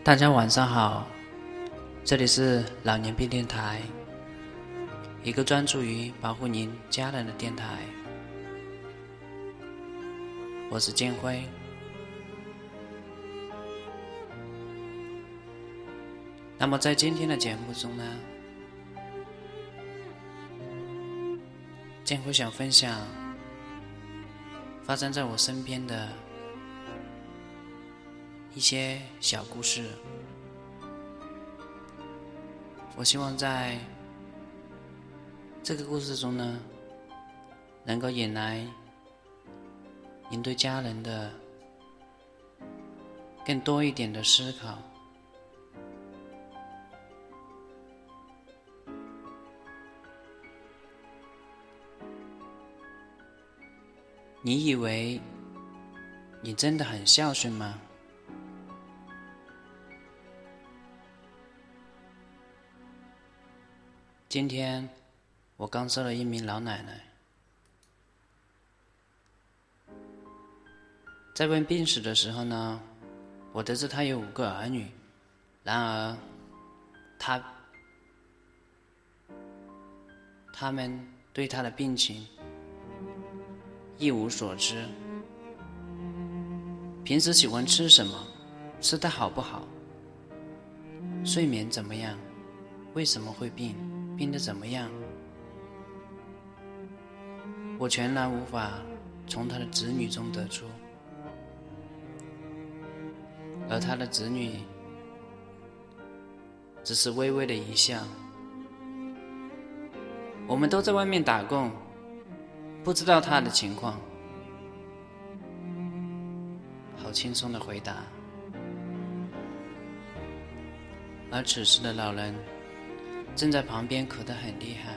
大家晚上好，这里是老年病电台，一个专注于保护您家人的电台。我是建辉。那么在今天的节目中呢，建辉想分享发生在我身边的一些小故事。我希望在这个故事中呢，能够引来您对家人的更多一点的思考。你以为你真的很孝顺吗？今天我刚收了一名老奶奶，在问病史的时候呢，我得知她有5个儿女，然而他们对她的病情一无所知。平时喜欢吃什么，吃得好不好，睡眠怎么样，为什么会病，病得怎么样，我全然无法从他的子女中得出。而他的子女只是微微的一笑。我们都在外面打工，不知道他的情况。好轻松的回答。而此时的老人正在旁边咳得很厉害，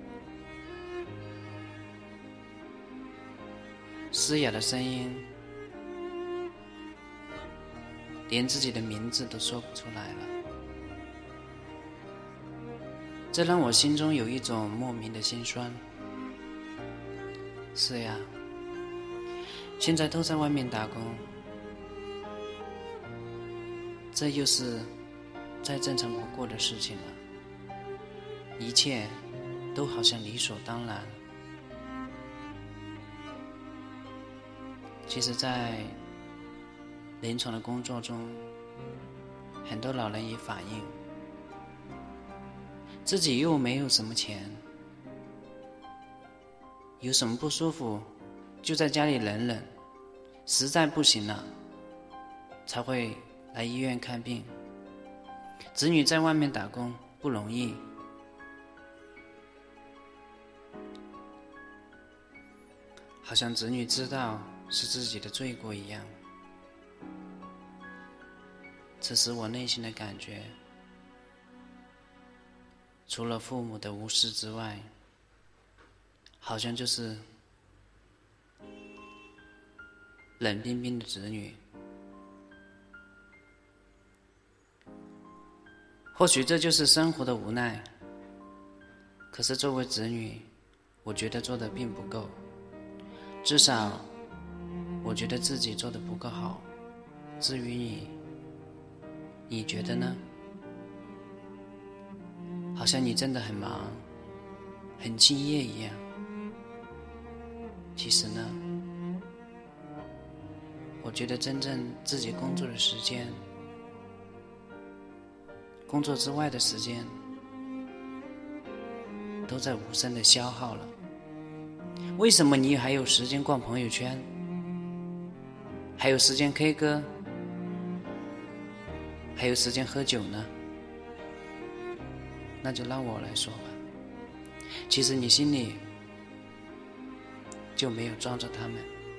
嘶哑的声音连自己的名字都说不出来了。这让我心中有一种莫名的心酸。是呀，现在都在外面打工，这又是再正常不过的事情了，一切都好像理所当然。其实在临床的工作中，很多老人也反映自己又没有什么钱，有什么不舒服就在家里忍忍，实在不行了才会来医院看病。子女在外面打工不容易，好像子女知道是自己的罪过一样。此时我内心的感觉，除了父母的无视之外，好像就是冷冰冰的子女。或许这就是生活的无奈，可是作为子女，我觉得做得并不够，至少我觉得自己做得不够好。至于你觉得呢？好像你真的很忙，很敬业一样。其实呢，我觉得真正自己工作的时间，工作之外的时间，都在无声的消耗了。为什么你还有时间逛朋友圈，还有时间 K 歌，还有时间喝酒呢？那就让我来说吧。其实你心里就没有装着他们。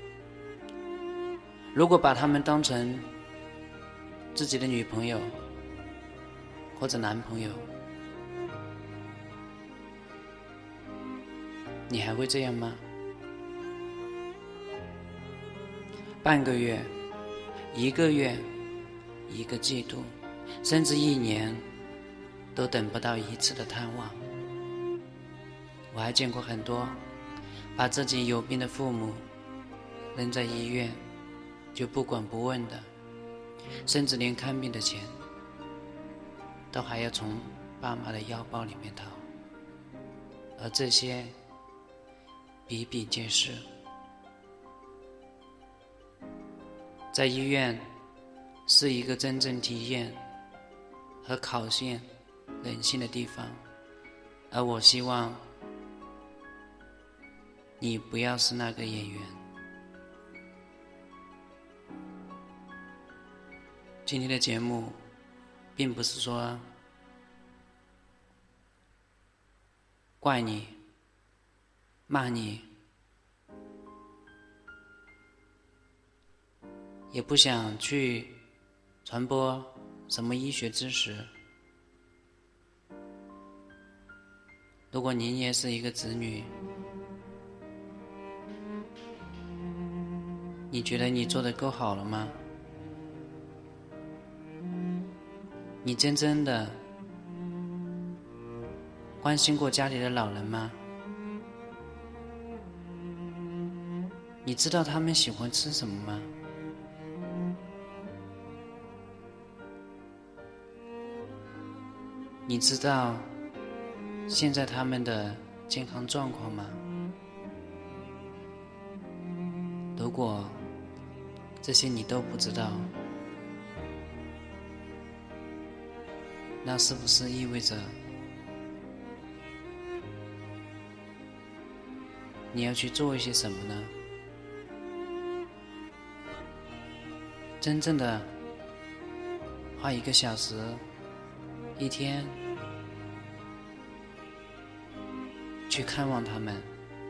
如果把他们当成自己的女朋友或者男朋友，你还会这样吗？半个月、1个月、1个季度，甚至1年，都等不到1次的探望。我还见过很多把自己有病的父母扔在医院就不管不问的，甚至连看病的钱都还要从爸妈的腰包里面掏，而这些比比皆是。在医院是一个真正体验和考验人性的地方，而我希望你不要是那个演员。今天的节目并不是说怪你、骂你，也不想去传播什么医学知识。如果您也是一个子女，你觉得你做得够好了吗？你真正的关心过家里的老人吗？你知道他们喜欢吃什么吗？你知道现在他们的健康状况吗？如果这些你都不知道，那是不是意味着你要去做一些什么呢？真正的花1个小时一天去看望他们，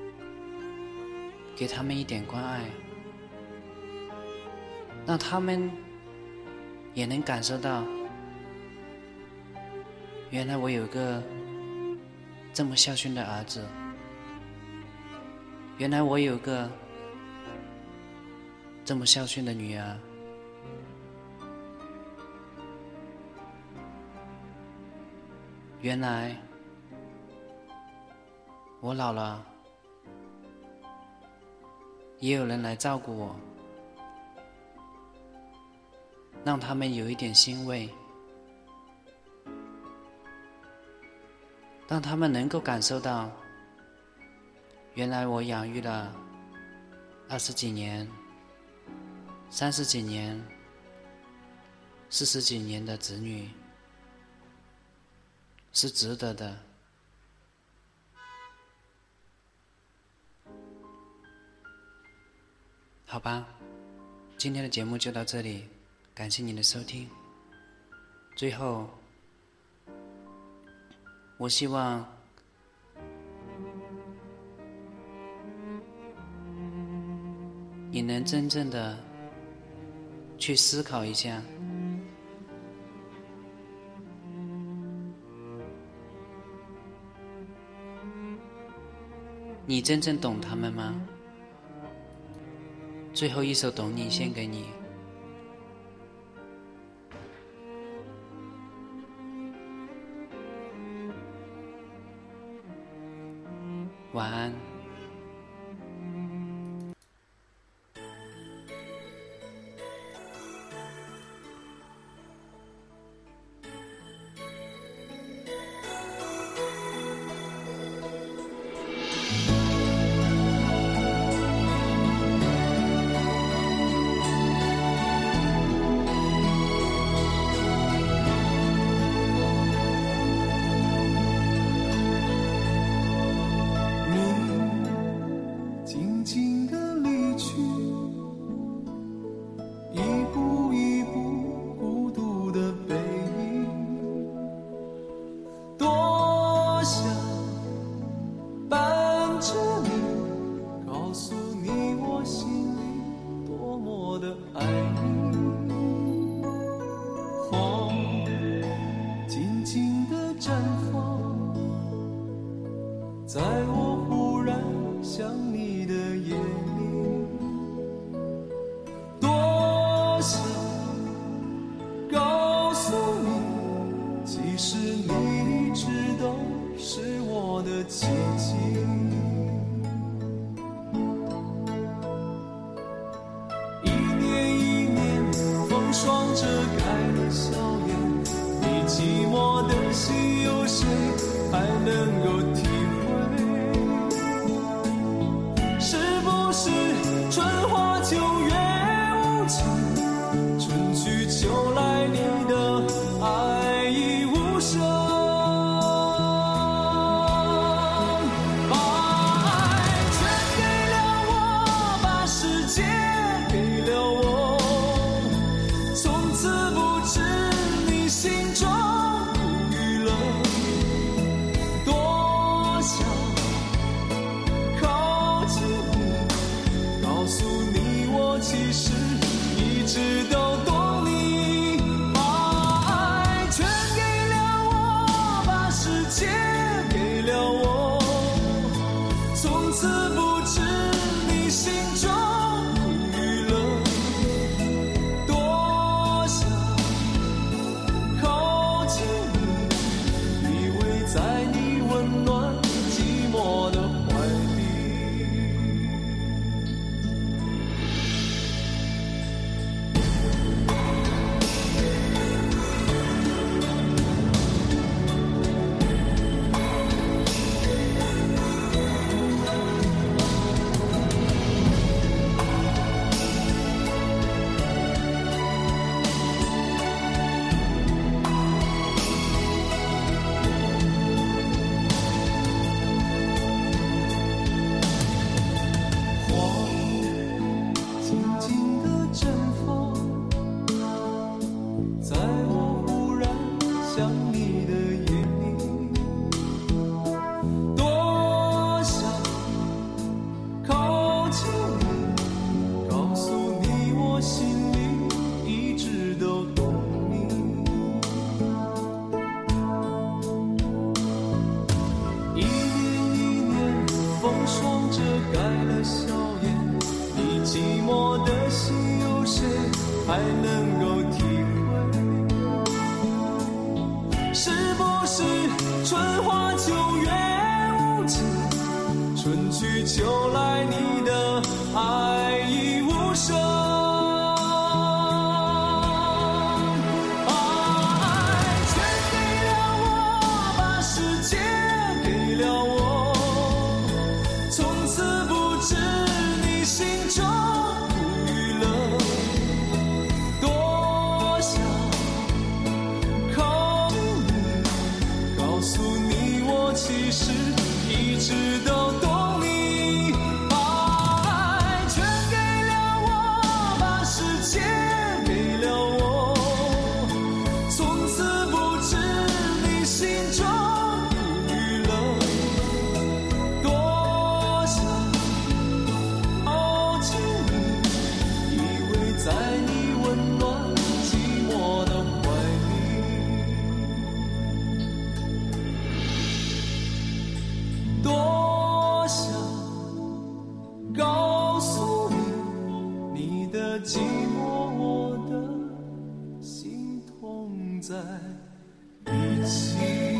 给他们一点关爱，让他们也能感受到，原来我有个这么孝顺的儿子，原来我有个这么孝顺的女儿。原来我老了也有人来照顾我，让他们有一点欣慰，让他们能够感受到，原来我养育了20几年、30几年、40几年的子女是值得的。好吧，今天的节目就到这里，感谢您的收听。最后，我希望你能真正的去思考一下，你真正懂他们吗？最后一首《懂你》献给你。晚安。 在我忽然想你的夜里，多想告诉你，其实你一直都是我的奇迹。一年一年谁还能够体会？是不是春花秋月无情，春去秋来你的爱已无声？把爱全给了我，把世界给了我，从此不知你心中苦与乐，多想靠近你，告诉你我其实一直都懂你。把爱全给了我，把世界给了我，从此不知你心中苦与乐，多想靠近你，依偎在你温暖寂寞的怀里。静静地绽放，在我忽然想你的夜里，多想靠近你，告诉你我心里一直都懂你。一年一年，风霜遮盖了笑颜，你寂寞的心有谁还能够体会？是不是春花秋月无情，春去秋来你的爱已无声？把爱全给了我，把世界给了我，从此不知你心中苦与乐，多想靠近你，告诉你我其实一直都懂你。把爱全给了我，把世界给了我，从此不知你心中苦与乐，多想靠近你，依偎在你温暖寂寞的怀里，多想告诉你，你的寂寞我的心痛在一起。